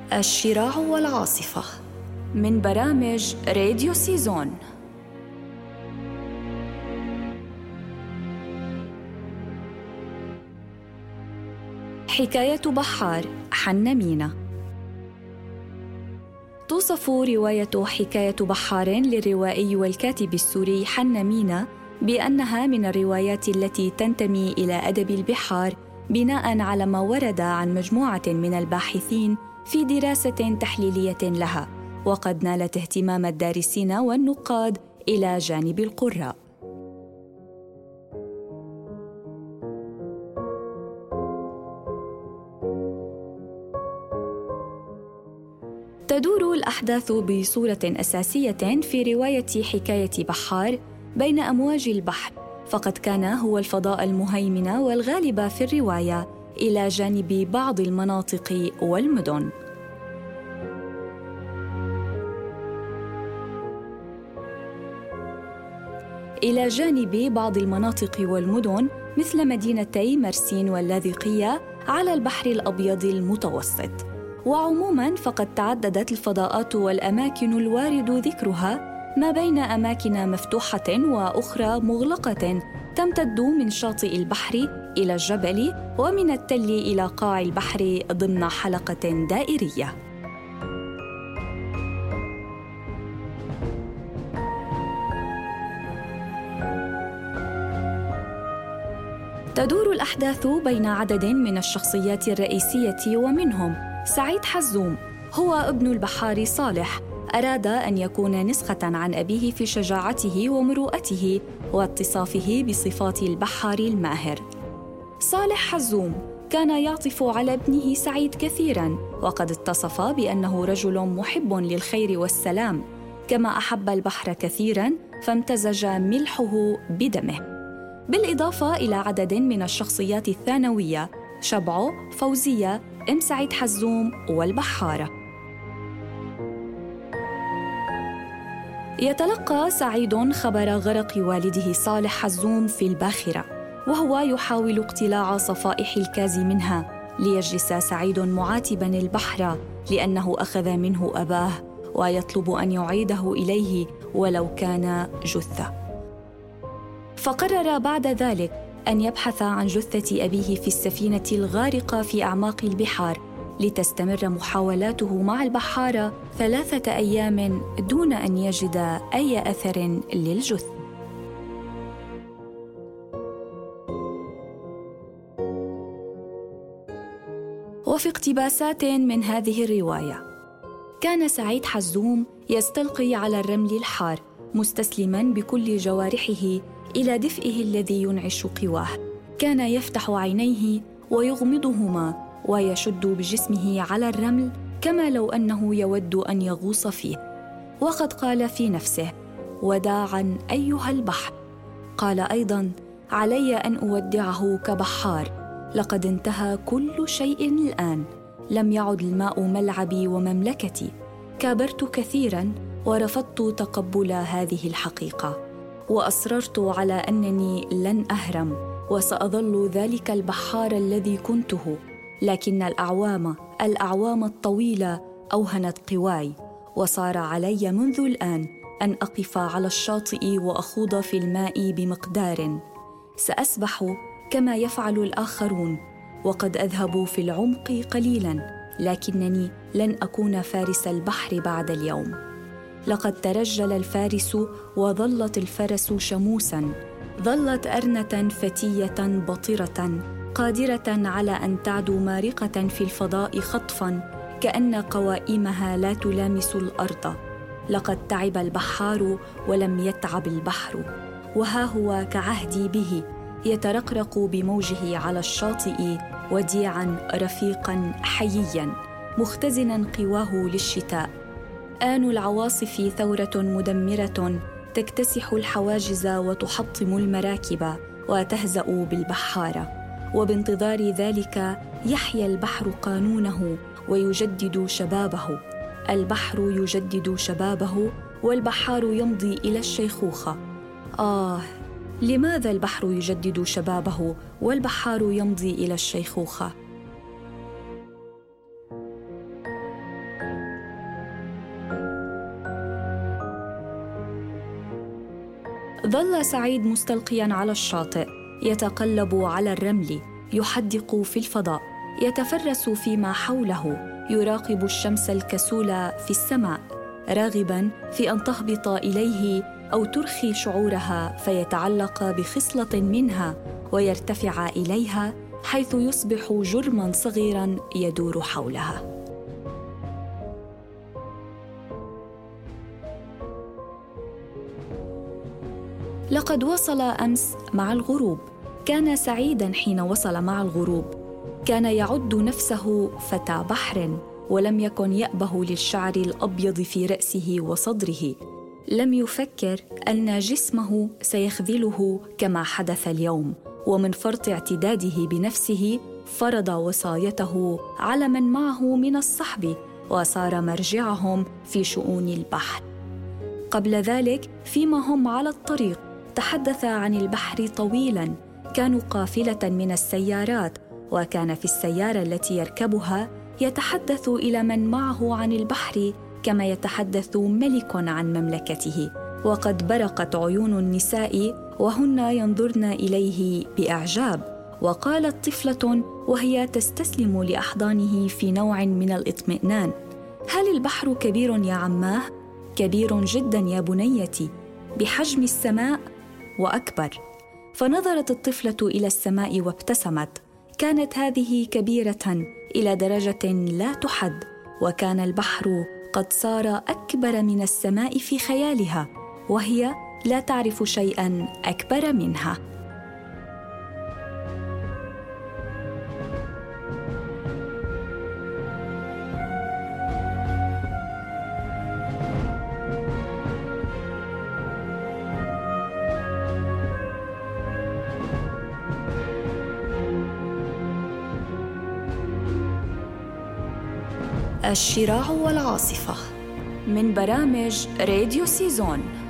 الشراع والعاصفة من برامج راديو سيزون. حكاية بحار حنا مينا. توصف رواية حكاية بحار للروائي والكاتب السوري حنا مينا بأنها من الروايات التي تنتمي إلى أدب البحار بناء على ما ورد عن مجموعة من الباحثين في دراسة تحليلية لها، وقد نالت اهتمام الدارسين والنقاد إلى جانب القراء. تدور الأحداث بصورة أساسية في رواية حكاية بحار بين أمواج البحر، فقد كان هو الفضاء المهيمن والغالب في الرواية إلى جانب بعض المناطق والمدن. إلى جانب بعض المناطق والمدن مثل مدينتي مرسين واللاذقية على البحر الأبيض المتوسط. وعموماً فقد تعددت الفضاءات والأماكن الوارد ذكرها ما بين أماكن مفتوحة وأخرى مغلقة تمتد من شاطئ البحر إلى الجبل ومن التل إلى قاع البحر ضمن حلقة دائرية. تدور الأحداث بين عدد من الشخصيات الرئيسية، ومنهم سعيد حزوم، هو ابن البحار صالح، أراد أن يكون نسخة عن أبيه في شجاعته ومروءته واتصافه بصفات البحار الماهر. صالح حزوم كان يعطف على ابنه سعيد كثيراً، وقد اتصف بأنه رجل محب للخير والسلام، كما أحب البحر كثيراً فامتزج ملحه بدمه، بالإضافة إلى عدد من الشخصيات الثانوية: شبعو، فوزية، أم سعيد حزوم والبحارة. يتلقى سعيد خبر غرق والده صالح حزوم في الباخرة، وهو يحاول اقتلاع صفائح الكاز منها، ليجلس سعيد معاتباً البحر لأنه أخذ منه أباه ويطلب أن يعيده إليه ولو كان جثة. فقرر بعد ذلك أن يبحث عن جثة أبيه في السفينة الغارقة في أعماق البحار، لتستمر محاولاته مع البحارة 3 أيام دون أن يجد أي أثر للجثة. وفي اقتباسات من هذه الرواية، كان سعيد حزوم يستلقي على الرمل الحار مستسلماً بكل جوارحه إلى دفئه الذي ينعش قواه. كان يفتح عينيه ويغمضهما ويشد بجسمه على الرمل كما لو أنه يود أن يغوص فيه. وقد قال في نفسه: وداعاً أيها البحر. قال أيضاً: علي أن أودعه كبحار، لقد انتهى كل شيء الآن، لم يعد الماء ملعبي ومملكتي، كابرت كثيراً ورفضت تقبل هذه الحقيقة، وأصررت على أنني لن أهرم وسأظل ذلك البحار الذي كنته، لكن الأعوام الطويلة أوهنت قواي، وصار علي منذ الآن أن أقف على الشاطئ وأخوض في الماء بمقدار، سأسبح كما يفعل الآخرون، وقد أذهب في العمق قليلاً، لكنني لن أكون فارس البحر بعد اليوم. لقد ترجل الفارس وظلت الفرس شموساً، ظلت أرنة فتية بطرة قادرة على أن تعدو مارقة في الفضاء خطفاً كأن قوائمها لا تلامس الأرض. لقد تعب البحار ولم يتعب البحر، وها هو كعهدي به يترقرق بموجه على الشاطئ وديعاً رفيقاً حيياً مختزناً قواه للشتاء. آن العواصف ثورة مدمرة تكتسح الحواجز وتحطم المراكب وتهزأ بالبحارة، وبانتظار ذلك يحيا البحر قانونه ويجدد شبابه. البحر يجدد شبابه والبحار يمضي إلى الشيخوخة. لماذا البحر يجدد شبابه والبحار يمضي إلى الشيخوخة؟ ظل سعيد مستلقياً على الشاطئ، يتقلب على الرمل، يحدق في الفضاء، يتفرس فيما حوله، يراقب الشمس الكسولة في السماء، راغباً في أن تهبط إليه أو ترخي شعورها فيتعلق بخصلة منها ويرتفع إليها، حيث يصبح جرماً صغيراً يدور حولها. لقد وصل أمس مع الغروب. كان سعيداً حين وصل مع الغروب. كان يعد نفسه فتى بحر، ولم يكن يأبه للشعر الأبيض في رأسه وصدره. لم يفكر أن جسمه سيخذله كما حدث اليوم، ومن فرط اعتداده بنفسه فرض وصايته على من معه من الصحب، وصار مرجعهم في شؤون البحر. قبل ذلك فيما هم على الطريق تحدث عن البحر طويلاً. كانوا قافلة من السيارات، وكان في السيارة التي يركبها يتحدث إلى من معه عن البحر كما يتحدث ملك عن مملكته. وقد برقت عيون النساء وهن ينظرن إليه بإعجاب. وقالت طفلة وهي تستسلم لأحضانه في نوع من الإطمئنان: هل البحر كبير يا عماه؟ كبير جدا يا بنيتي، بحجم السماء وأكبر. فنظرت الطفلة إلى السماء وابتسمت. كانت هذه كبيرة إلى درجة لا تحد، وكان البحر قد صار أكبر من السماء في خيالها، وهي لا تعرف شيئاً أكبر منها. الشراع والعاصفة من برامج راديو سيزون.